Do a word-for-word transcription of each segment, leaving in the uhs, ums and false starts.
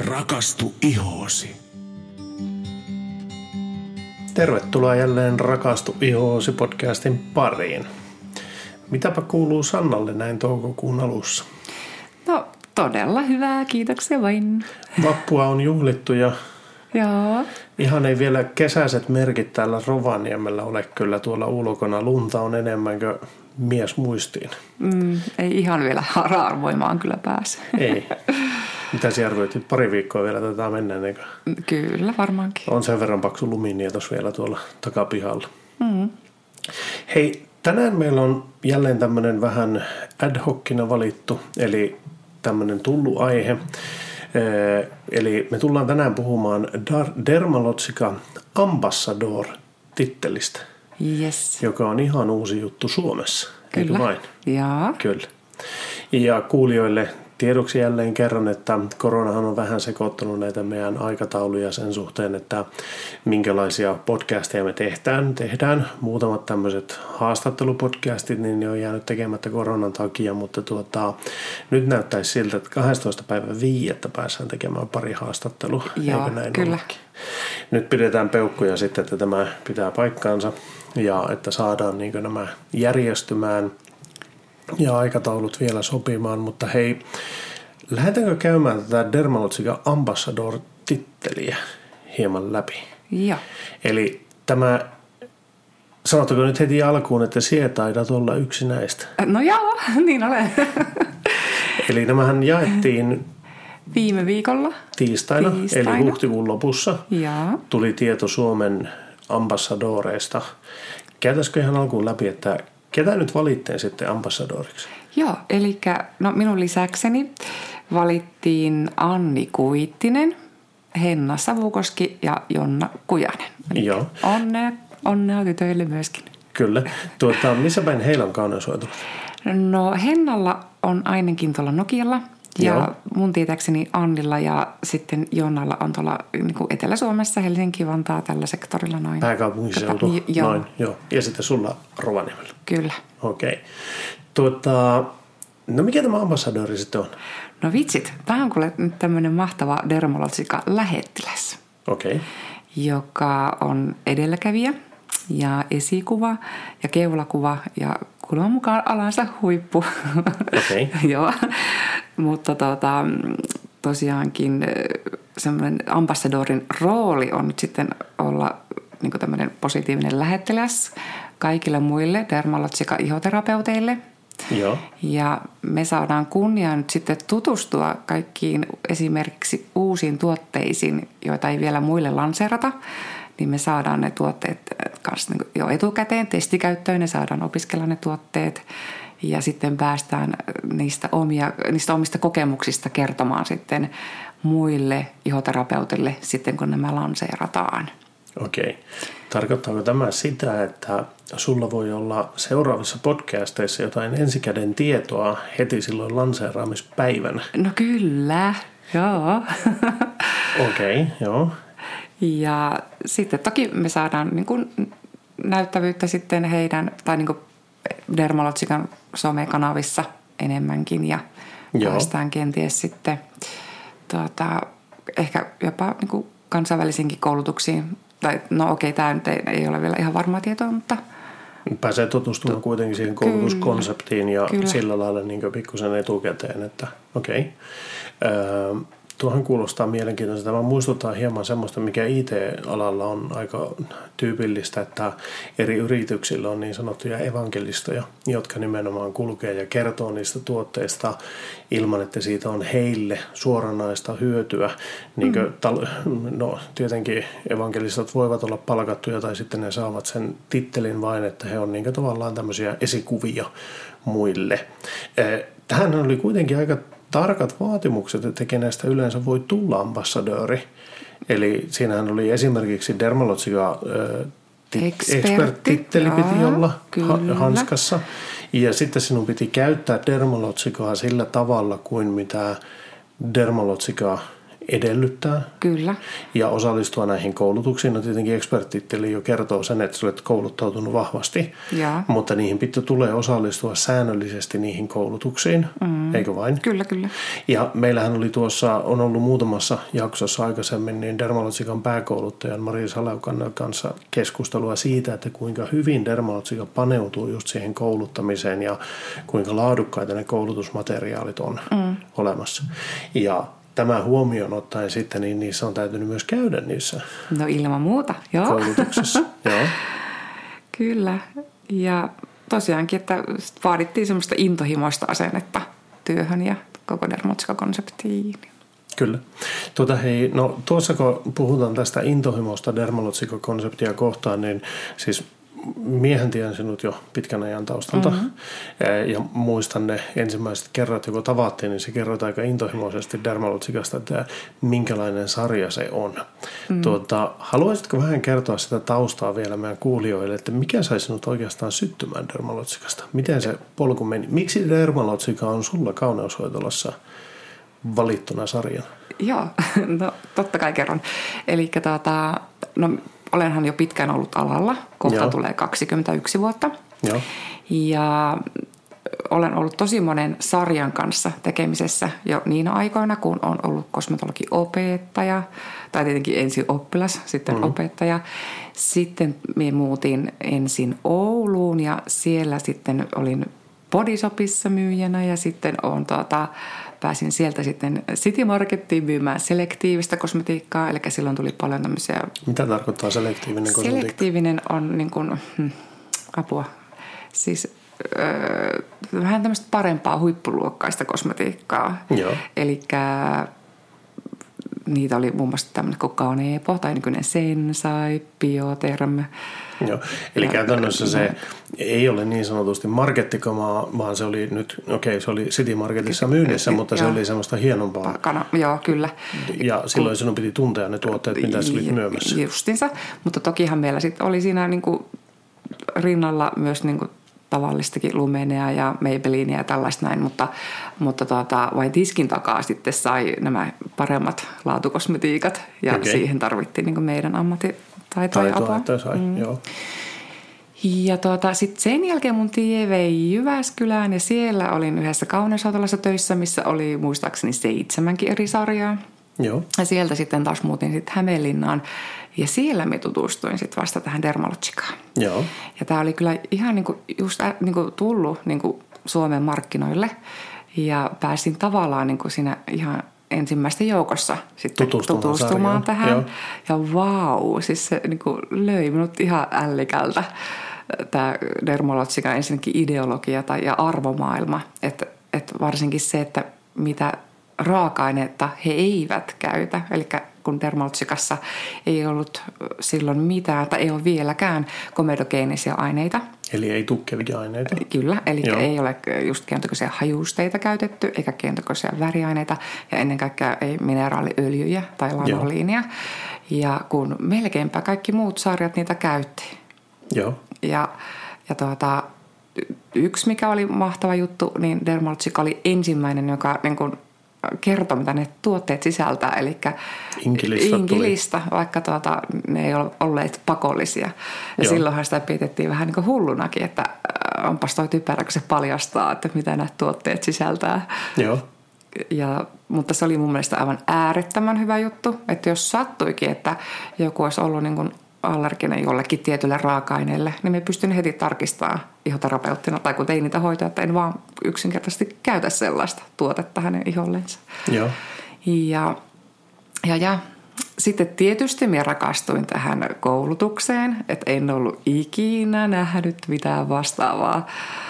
Rakastu ihoosi. Tervetuloa jälleen Rakastu ihoosi podcastin pariin. Mitäpä kuuluu Sannalle näin toukokuun alussa? No todella hyvää, kiitoksia vain. Vappua on juhlittu ja Joo. ihan ei vielä kesäiset merkit täällä Rovaniemellä ole kyllä tuolla ulkona. Lunta on enemmän kuin mies muistiin. Mm, ei ihan vielä hara-arvoimaan kyllä pääse. Ei. Mitä sä arvoitit? Pari viikkoa vielä tätä mennä ennen kuin... Kyllä, varmaankin. On sen verran paksu luminietos vielä tuolla takapihalla. Mm. Hei, tänään meillä on jälleen tämmöinen vähän ad hocina valittu, eli tämmöinen tullut aihe. Ee, eli me tullaan tänään puhumaan Dar- Dermalogica Ambassador-tittelistä, Yes. joka on ihan uusi juttu Suomessa. Kyllä. Eikö vain? Jaa. Kyllä. Ja kuulijoille tiedoksi jälleen kerran, että koronahan on vähän sekoittanut näitä meidän aikatauluja sen suhteen, että minkälaisia podcasteja me tehdään. tehdään. Muutamat tämmöiset haastattelupodcastit, niin ne on jäänyt tekemättä koronan takia, mutta tuota, nyt näyttäisi siltä, että kahdestoista päivä viidettä päässään tekemään pari haastattelua. Joo, Eikö näin kyllä. olekin? Nyt pidetään peukkuja sitten, että tämä pitää paikkaansa ja että saadaan niin kuin nämä järjestymään ja aikataulut vielä sopimaan, mutta hei, lähdetäänkö käymään tätä Dermalogica Ambassador-titteliä hieman läpi? Joo. Eli tämä, sanottako nyt heti alkuun, että sie taidat olla yksi näistä? No joo, niin olen. Eli nämähän jaettiin Viime viikolla. tiistaina, Tiistaina. eli huhtikuun lopussa. Joo. Tuli tieto Suomen ambassadoreista. Käytäisikö ihan alkuun läpi, että ketä nyt valittiin sitten ambassadoriksi? Joo, eli no minun lisäkseni valittiin Anni Kuittinen, Henna Savukoski ja Jonna Kujanen. Eli Joo. Onnea, onnea tytöille myöskin. Kyllä. Tuota, missä päin heillä on kauneushoito? No Hennalla on ainakin tuolla Nokialla ja Joo. mun tietääkseni Annilla ja sitten Jonnalla on tuolla niin kuin Etelä-Suomessa, Helsinki, Vantaa tällä sektorilla noin. Pääkaupunkiseutu, Tota, joo. noin, joo. Ja sitten sulla Rovaniemellä. Kyllä. Okei. Okay. Tuota, no mikä tämä ambassadori sitten on? No vitsit, tämä on kuule nyt tämmöinen mahtava Dermalogica lähettiläs, Okei. Okay. joka on edelläkävijä ja esikuva ja keulakuva ja kuuleman mukaan alansa huippu. Okei. Okay. Joo, mutta tota, tosiaankin semmoinen ambassadorin rooli on nyt sitten olla niin kuin tämmöinen positiivinen lähettiläs kaikille muille Dermalogica-ihoterapeuteille. Joo. Ja me saadaan kunnia nyt sitten tutustua kaikkiin esimerkiksi uusiin tuotteisiin, joita ei vielä muille lanseerata. Niin me saadaan ne tuotteet kanssa jo etukäteen testikäyttöön, ne saadaan opiskella ne tuotteet ja sitten päästään niistä, omia, niistä omista kokemuksista kertomaan sitten muille ihoterapeutille sitten, kun nämä lanseerataan. Okei. Tarkoittaako tämä sitä, että sulla voi olla seuraavissa podcasteissa jotain ensikäden tietoa heti silloin lanseeraamispäivänä? No kyllä, joo. Okei, okay, joo. Ja sitten toki me saadaan niin kuin näyttävyyttä sitten heidän, tai niin kuin Dermalogican somekanavissa enemmänkin ja Joo. päästään kenties sitten tuota, ehkä jopa niin kuin kansainvälisiinkin koulutuksiin. Tai, no okei, tämä nyt ei, ei ole vielä ihan varmaa tietoa, mutta... Pääsee tutustumaan kuitenkin siihen koulutuskonseptiin ja Kyllä. sillä lailla niin pikkusen etukäteen, että okei. Okay. Öö, tuohan kuulostaa mielenkiintoista. Tämä muistuttaa hieman semmoista, mikä I T-alalla on aika tyypillistä, että eri yrityksillä on niin sanottuja evankelistoja, jotka nimenomaan kulkee ja kertoo niistä tuotteista ilman, että siitä on heille suoranaista hyötyä. Niin kuin, tal- no, tietenkin evankelistat voivat olla palkattuja tai sitten ne saavat sen tittelin vain, että he on niin kuin tavallaan tämmöisiä esikuvia muille. Tähän oli kuitenkin aika tarkat vaatimukset, että kenestä yleensä voi tulla ambassadööri. Eli siinähän oli esimerkiksi Dermalogica expert-titteli piti olla kyllä. hanskassa. Ja sitten sinun piti käyttää Dermalogicaa sillä tavalla kuin mitä Dermalogica edellyttää. Kyllä. Ja osallistua näihin koulutuksiin. No tietenkin ekspertitteli jo kertoo sen, että sä olet kouluttautunut vahvasti, ja. mutta niihin pitää tulee osallistua säännöllisesti niihin koulutuksiin, mm. eikö vain? Kyllä, kyllä. Ja meillähän oli tuossa, on ollut muutamassa jaksossa aikaisemmin niin Dermalogican pääkouluttajan Maria Saleukan kanssa keskustelua siitä, että kuinka hyvin Dermalogica paneutuu just siihen kouluttamiseen ja kuinka laadukkaita ne koulutusmateriaalit on mm. olemassa. Ja tämä huomioon ottaen sitten, niin niissä on täytynyt myös käydä niissä no ilman muuta, joo. koulutuksissa. Joo. Kyllä. Ja tosiaankin, että vaadittiin semmoista intohimoista asennetta työhön ja koko Dermalogica-konseptiin. Kyllä. Tuota, hei, no tuossa kun puhutaan tästä intohimosta Dermalogica-konseptia kohtaan, niin siis miehän tiedän sinut jo pitkän ajan taustalta mm-hmm. ja muistan ne ensimmäiset kerrat, kun tavattiin, niin se kerroit aika intohimoisesti Dermalogicasta, että minkälainen sarja se on. Mm. Tuota, haluaisitko vähän kertoa sitä taustaa vielä meidän kuulijoille, että mikä sai sinut oikeastaan syttymään Dermalogicasta? Miten se polku meni? Miksi Dermalogica on sulla kauneushoitolassa valittuna sarjana? Joo, no totta kai kerron. Eli tuota, no olenhan jo pitkään ollut alalla, kohta Joo. tulee kaksikymmentäyksi vuotta. Joo. Ja olen ollut tosi monen sarjan kanssa tekemisessä jo niinä aikoina, kun on ollut kosmetologiopettaja, tai tietenkin ensin oppilas, sitten mm. opettaja. Sitten me muutin ensin Ouluun ja siellä sitten olin Bodyshopissa myyjänä ja sitten on tuota, pääsin sieltä sitten City Markettiin myymään selektiivistä kosmetiikkaa, eli silloin tuli paljon tämmöisiä. Mitä tarkoittaa selektiivinen kosmetiikka? Selektiivinen on niin kuin, hmm, apua, siis öö, vähän tämmöistä parempaa huippuluokkaista kosmetiikkaa. Joo. Elikkä niitä oli muun muassa tämmöinen kuin Ganepo tai nykyinen Sensai, Bioterm. Joo, eli ja, käytännössä se no, ei ole niin sanotusti markettikamaa, vaan se oli nyt, okei, okay, se oli City Marketissa myynnissä, mutta se oli semmoista hienompaa. Kana, joo, kyllä. Ja silloin sinun piti tuntea ne tuotteet, mitä sä olit myymässä. Justinsa, mutta tokihan meillä sitten oli siinä niinku rinnalla myös niinku tavallistakin Lumenea ja Maybellinea ja tällaista näin, mutta, mutta tuota, vain tiskin takaa sitten sai nämä paremmat laatukosmetiikat ja okay. siihen tarvittiin niin kuin meidän ammattitaitoa ja apua. Sai, mm. joo. Ja tuota, sitten sen jälkeen mun tie vei Jyväskylään ja siellä olin yhdessä kauneushoitolassa töissä, missä oli muistaakseni seitsemänkin eri sarjaa. Joo. Ja sieltä sitten taas muutin sitten Hämeenlinnaan ja siellä me tutustuin sitten vasta tähän Dermalogicaan. Joo. Ja tämä oli kyllä ihan niinku just ä, niinku tullut niinku Suomen markkinoille ja pääsin tavallaan niinku siinä ihan ensimmäisten joukossa sitten tutustumaan, tutustumaan tähän. Joo. Ja vau, siis se niinku löi minut ihan ällikältä tämä Dermalogican ensinnäkin ideologia tai, ja arvomaailma, että, että varsinkin se, että mitä raaka-aineita he eivät käytä, eli kun Dermalogicassa ei ollut silloin mitään, tai ei ole vieläkään komedogeenisia aineita. Eli ei tukkevia aineita. Kyllä, eli Joo. ei ole just keinotekoisia hajusteita käytetty, eikä keinotekoisia väriaineita, ja ennen kaikkea ei mineraaliöljyjä tai lanoliinia. Ja kun melkeinpä kaikki muut sarjat niitä käytti. Joo. Ja, ja tuota, yksi, mikä oli mahtava juttu, niin Dermalogica oli ensimmäinen, joka niin kuin kertoo, mitä ne tuotteet sisältää, eli inkilista, inkilista vaikka tuota, ne ei ole olleet pakollisia. Ja Joo. silloinhan sitä pidettiin vähän niin kuin hullunakin, että onpas toi typerä, kun se paljastaa, että mitä nämä tuotteet sisältää. Joo. Ja, mutta se oli mun mielestä aivan äärettömän hyvä juttu, että jos sattuikin, että joku olisi ollut niin kuin allerginen jollekin tietylle raaka-aineelle, niin me pystyn heti tarkistamaan ihoterapeuttina, tai kun tein niitä hoitoja, että en vaan yksinkertaisesti käytä sellaista tuotetta hänen ihollensa. Joo. Ja, ja, ja sitten tietysti minä rakastuin tähän koulutukseen, että en ollut ikinä nähnyt mitään vastaavaa.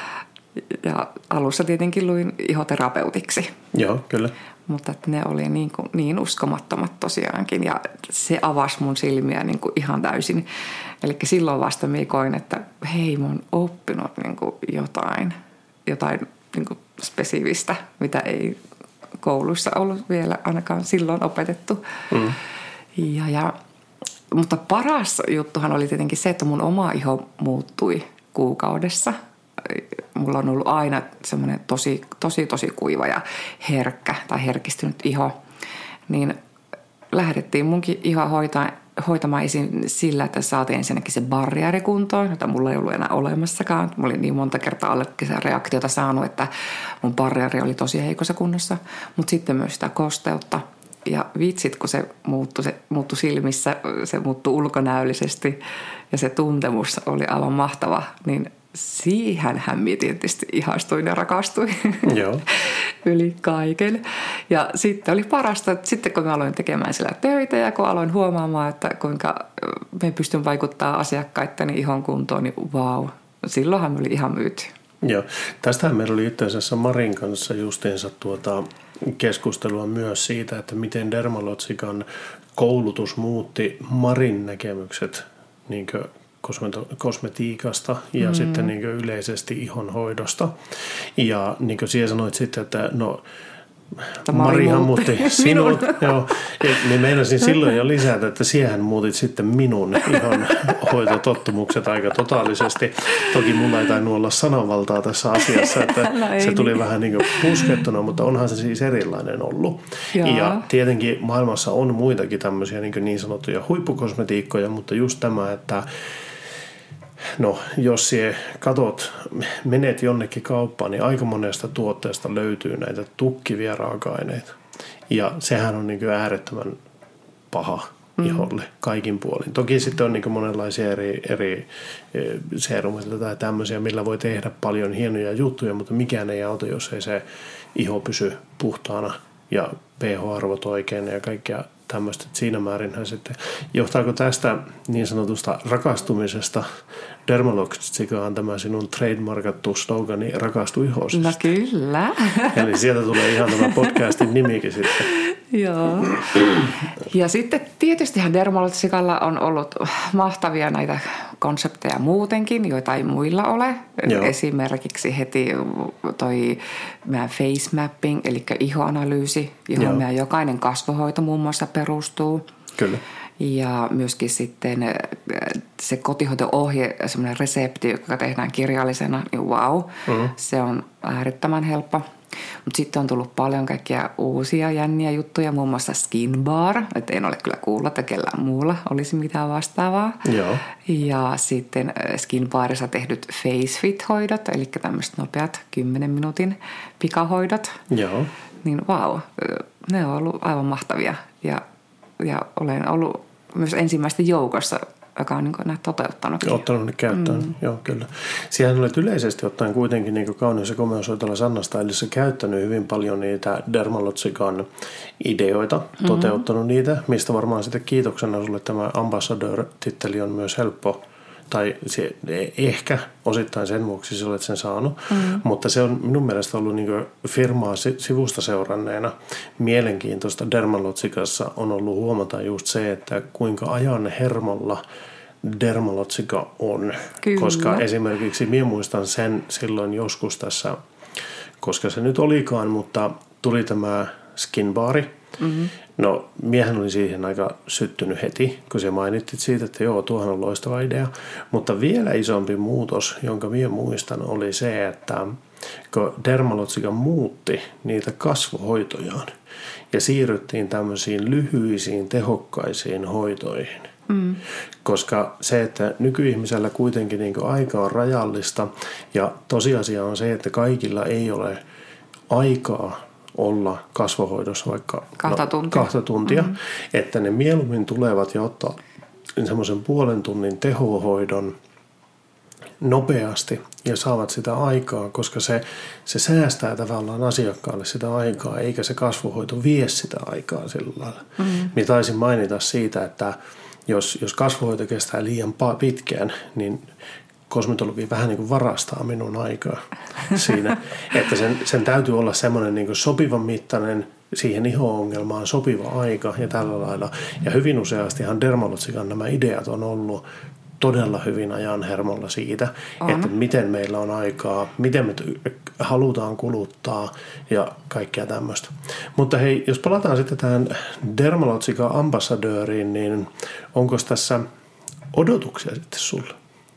Ja alussa tietenkin luin ihoterapeutiksi. Joo, kyllä. Mutta ne oli niin, kuin, niin uskomattomat tosiaankin ja se avasi mun silmiä niin kuin ihan täysin. Eli silloin vasta minä koin, että hei, mä oon oppinut niin kuin jotain, jotain niin kuin spesifistä, mitä ei koulussa ollut vielä ainakaan silloin opetettu. Mm. Ja, ja, mutta paras juttuhan oli tietenkin se, että mun oma iho muuttui kuukaudessa. Mulla on ollut aina semmoinen tosi, tosi, tosi kuiva ja herkkä tai herkistynyt iho. Niin lähdettiin munkin ihoa hoitaa, hoitamaan ensin sillä, että saatiin ensinnäkin se barriäri kuntoon, jota mulla ei ollut enää olemassakaan. Mä olin niin monta kertaa alle reaktiota saanut, että mun barriäri oli tosi heikossa kunnossa. Mutta sitten myös sitä kosteutta. Ja vitsit, kun se muuttui, se muuttui silmissä, se muuttui ulkonäöllisesti ja se tuntemus oli aivan mahtava, niin siihen hän tietysti ihastuin ja rakastuin. Joo. Yli kaiken. Ja sitten oli parasta, että sitten kun mä aloin tekemään siellä töitä ja kun aloin huomaamaan, että kuinka me pystyn vaikuttamaan asiakkaitteni ihon kuntoon, niin vau, silloinhan me oli ihan myyty. Joo, tästähän meillä oli itse asiassa Marin kanssa justiinsa tuota keskustelua myös siitä, että miten Dermalogican koulutus muutti Marin näkemykset niin kuin kosmetiikasta ja mm. sitten niin kuin yleisesti ihonhoidosta. Ja niin kuin siellä sanoit sitten, että no Marihan muutti sinut. Joo, niin meinasin silloin jo lisätä, että siihen muutit sitten minun ihonhoitotottumukset aika totaalisesti. Toki mulla ei tainnut olla sananvaltaa tässä asiassa, että no se tuli vähän niin kuin puskettuna, mutta onhan se siis erilainen ollut. Joo. Ja tietenkin maailmassa on muitakin tämmöisiä niin, niin sanottuja huippukosmetiikkoja, mutta just tämä, että no, jos sie katot, menet jonnekin kauppaan, niin aika monesta tuotteesta löytyy näitä tukkivia raaka-aineita. Ja sehän on niin kuin äärettömän paha mm. iholle kaikin puolin. Toki sitten on niin kuin monenlaisia eri, eri seerumia tai tämmöisiä, millä voi tehdä paljon hienoja juttuja, mutta mikään ei auta, jos ei se iho pysy puhtaana ja pH-arvot oikein ja kaikkea tämmöistä. Siinä määrinhän sitten, johtaako tästä niin sanotusta rakastumisesta Dermalogican tämä sinun trademarkattu slogani rakastu ihoosista? No kyllä. Eli sieltä tulee ihan tämä podcastin nimikin sitten. Joo. Ja sitten tietystihän Dermalogicalla on ollut mahtavia näitä konsepteja muutenkin, joita ei muilla ole. Joo. Esimerkiksi heti toi meidän face mapping, eli ihoanalyysi, johon Joo. meidän jokainen kasvohoito muun muassa perustuu. Kyllä. Ja myöskin sitten se kotihoito-ohje, semmoinen resepti, joka tehdään kirjallisena, niin wow, mm-hmm. se on äärettömän helppo. Mutta sitten on tullut paljon kaikkia uusia jänniä juttuja, muun muassa Skin Bar, että en ole kyllä kuullut, että kellään muulla olisi mitään vastaavaa. Joo. Ja sitten Skin Barissa tehdyt Face Fit-hoidot, eli tämmöiset nopeat kymmenen minuutin pikahoidot. Joo. Niin vau, ne on ollut aivan mahtavia ja, ja olen ollut myös ensimmäisten joukossa, joka on niin näitä toteuttanut. Ottanut ne käyttöön, mm. joo kyllä. Siihen olet yleisesti ottaen kuitenkin niin kaunis- ja komeushoitola Sannasta, eli se käyttänyt hyvin paljon niitä Dermalogican ideoita, mm-hmm. toteuttanut niitä, mistä varmaan sitten kiitoksena sulle tämä ambassador-titteli on myös helppo, tai se, ehkä osittain sen vuoksi sä olet sen saanut, mm-hmm. mutta se on minun mielestä ollut niin firmaa sivusta seuranneena mielenkiintoista Dermalogicassa on ollut huomata just se, että kuinka ajan hermolla Dermalogica on. Kyllä. Koska esimerkiksi minä muistan sen silloin joskus tässä, koska se nyt olikaan, mutta tuli tämä Skin Bari. Mm-hmm. No, miehän oli siihen aika syttynyt heti, kun se mainittit siitä, että joo, tuohan on loistava idea. Mutta vielä isompi muutos, jonka minä muistan, oli se, että kun Dermalogica muutti niitä kasvohoitojaan ja siirryttiin tämmöisiin lyhyisiin, tehokkaisiin hoitoihin. Mm. Koska se, että nykyihmisellä kuitenkin niin kuin aika on rajallista ja tosiasia on se, että kaikilla ei ole aikaa olla kasvohoidossa vaikka kahta tuntia, kahta tuntia mm-hmm. että ne mieluummin tulevat ja ottaa semmoisen puolen tunnin tehohoidon nopeasti ja saavat sitä aikaa, koska se, se säästää tavallaan asiakkaalle sitä aikaa, eikä se kasvohoito vie sitä aikaa sillä lailla. Mm-hmm. Minä taisin mainita siitä, että jos, jos kasvohoito kestää liian pitkään, niin kosmetologi vähän niin kuin varastaa minun aikaa siinä, että sen, sen täytyy olla semmoinen niin kuin sopivan mittainen siihen iho-ongelmaan sopiva aika ja tällä lailla. Ja hyvin useastihan Dermalogican nämä ideat on ollut todella hyvin ajan hermolla siitä, on. Että miten meillä on aikaa, miten me halutaan kuluttaa ja kaikkea tämmöistä. Mutta hei, jos palataan sitten tähän Dermalogican ambassadööriin, niin onko tässä odotuksia sitten sulle?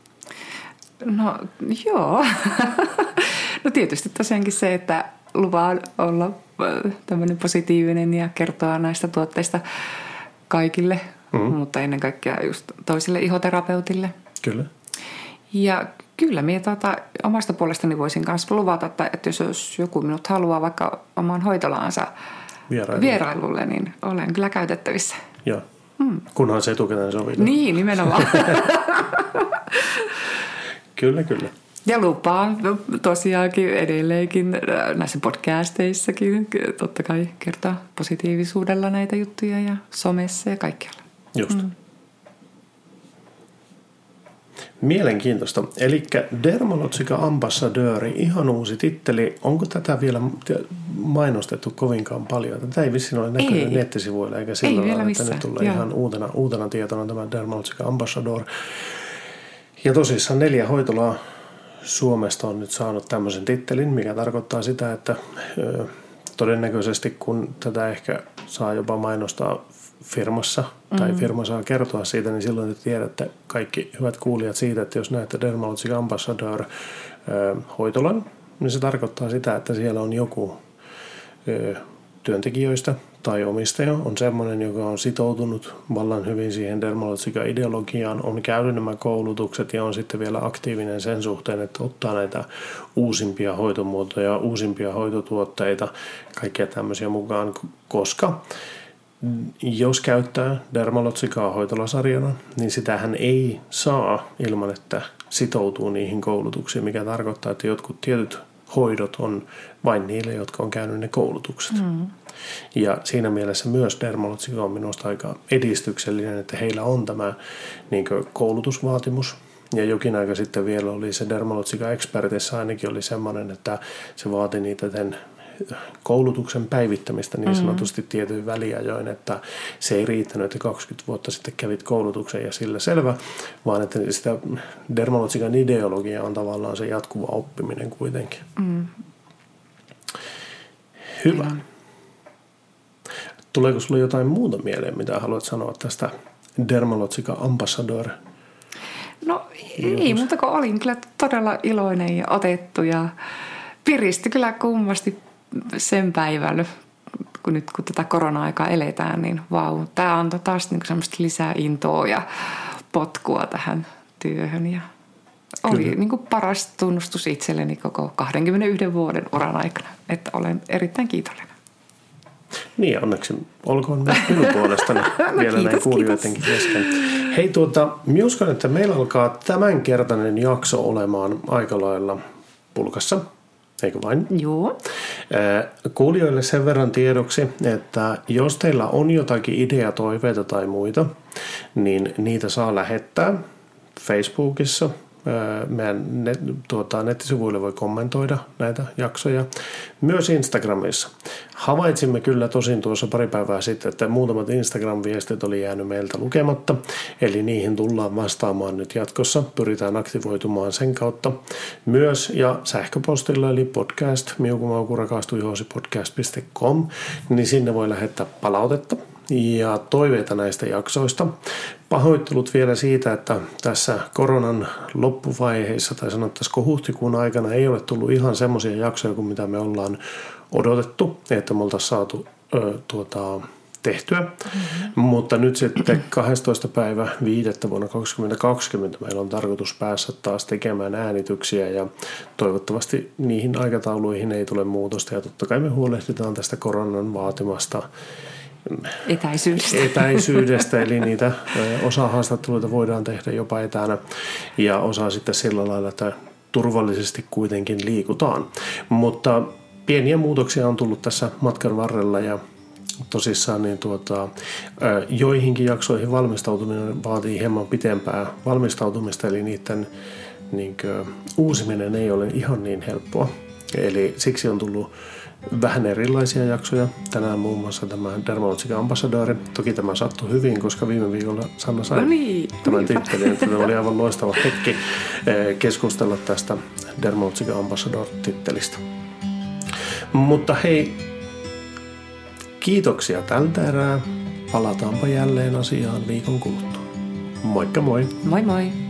No joo. No tietysti tosiaankin se, että lupaa olla tämmöinen positiivinen ja kertoa näistä tuotteista kaikille, Mm-hmm. mutta ennen kaikkea just toiselle ihoterapeutille. Kyllä. Ja kyllä minä tuota, omasta puolestani voisin myös luvata, että, että jos joku minut haluaa vaikka oman hoitolaansa Vierailulle. vierailulle, niin olen kyllä käytettävissä. Joo, mm. kunhan se etukäteen sovitaan. Niin, nimenomaan. Kyllä, kyllä. Ja lupaan tosiaankin edelleenkin näissä podcasteissakin totta kai kertoa positiivisuudella näitä juttuja ja somessa ja kaikkialla. Just. Mm. Mielenkiintoista. Eli Dermalogica Ambassadööri, ihan uusi titteli. Onko tätä vielä mainostettu kovinkaan paljon? Tätä ei vissiin ole näkynyt nettisivuilla eikä sillä ei lailla, että nyt tulee ihan uutena, uutena tietona tämä Dermalogica Ambassador. Ja tosissaan neljä hoitolaa Suomesta on nyt saanut tämmöisen tittelin, mikä tarkoittaa sitä, että ö, todennäköisesti kun tätä ehkä saa jopa mainostaa firmassa tai mm. firma saa kertoa siitä, niin silloin te tiedätte kaikki hyvät kuulijat siitä, että jos näette Dermalogica Ambassador ö, hoitolan, niin se tarkoittaa sitä, että siellä on joku ö, työntekijöistä tai omistaja on semmoinen, joka on sitoutunut vallan hyvin siihen Dermalogica-ideologiaan, on käynyt nämä koulutukset ja on sitten vielä aktiivinen sen suhteen, että ottaa näitä uusimpia hoitomuotoja, uusimpia hoitotuotteita, kaikkia tämmöisiä mukaan, koska jos käyttää Dermalogicaa hoitolasarjana, niin sitähän ei saa ilman, että sitoutuu niihin koulutuksiin, mikä tarkoittaa, että jotkut tietyt hoidot on vain niille, jotka on käynyt ne koulutukset. Mm. Ja siinä mielessä myös Dermalogica on minusta aika edistyksellinen, että heillä on tämä niin kuin koulutusvaatimus. Ja jokin aika sitten vielä oli se Dermalogica Expertissä ainakin oli semmoinen, että se vaati niitä ten koulutuksen päivittämistä niin sanotusti mm. tietyin väliajoin, että se ei riittänyt, että kaksikymmentä vuotta sitten kävit koulutuksen ja sillä selvä, vaan että sitä Dermalogican ideologia on tavallaan se jatkuva oppiminen kuitenkin. Mm. Hyvä. Mm. Tuleeko sinulle jotain muuta mieleen, mitä haluat sanoa tästä Dermalogica Ambassador? No ei, mutta kun olin kyllä todella iloinen ja otettu ja piristi kyllä kummasti sen päivän, kun nyt kun tätä korona-aikaa eletään, niin vau, tämä antoi taas niin semmoista lisää intoa ja potkua tähän työhön ja oli niin kuin paras tunnustus itselleni koko kaksikymmentäyksi vuoden uran aikana, että olen erittäin kiitollinen. Niin, onneksi olkoon myös minun puolestani no, vielä kiitos, näin kuulijoidenkin kesken. Hei, tuota, minä uskon, että meillä alkaa tämänkertainen jakso olemaan aika lailla pulkassa. Eikö vain? Joo. Kuulijoille sen verran tiedoksi, että jos teillä on jotakin ideatoiveita tai muita, niin niitä saa lähettää Facebookissa. Meidän net, tuota, nettisivuille voi kommentoida näitä jaksoja. Myös Instagramissa. Havaitsimme kyllä tosin tuossa pari päivää sitten, että muutamat Instagram-viestit oli jäänyt meiltä lukematta. Eli niihin tullaan vastaamaan nyt jatkossa. Pyritään aktivoitumaan sen kautta. Myös ja sähköpostilla eli podcast miukumaukurakastujuhosipodcast piste com, niin sinne voi lähettää palautetta ja toiveita näistä jaksoista. Pahoittelut vielä siitä, että tässä koronan loppuvaiheissa tai sanottaisiko huhtikuun aikana ei ole tullut ihan semmoisia jaksoja kuin mitä me ollaan odotettu, että me oltaisiin saatu ö, tuota, tehtyä. Mm-hmm. Mutta nyt sitten kahdestoista päivä viidettä vuonna kaksituhattakaksikymmentä meillä on tarkoitus päässä taas tekemään äänityksiä ja toivottavasti niihin aikatauluihin ei tule muutosta ja totta kai me huolehditaan tästä koronan vaatimasta Etäisyydestä. Etäisyydestä, eli niitä osa haastatteluita voidaan tehdä jopa etänä ja osa sitten sillä lailla, että turvallisesti kuitenkin liikutaan. Mutta pieniä muutoksia on tullut tässä matkan varrella ja tosissaan niin tuota, joihinkin jaksoihin valmistautuminen vaatii hieman pitempää valmistautumista, eli niiden niin kuin, uusiminen ei ole ihan niin helppoa. Eli siksi on tullut vähän erilaisia jaksoja. Tänään muun muassa tämä Dermalogica Ambassador. Toki tämä sattui hyvin, koska viime viikolla Sanna sai no niin, tämän tittelin. Tämä oli aivan loistava hetki keskustella tästä Dermalogica Ambassador-tittelistä. Mutta hei, kiitoksia tältä erää. Palataanpa jälleen asiaan viikon kuluttua. Moikka moi! Moi moi!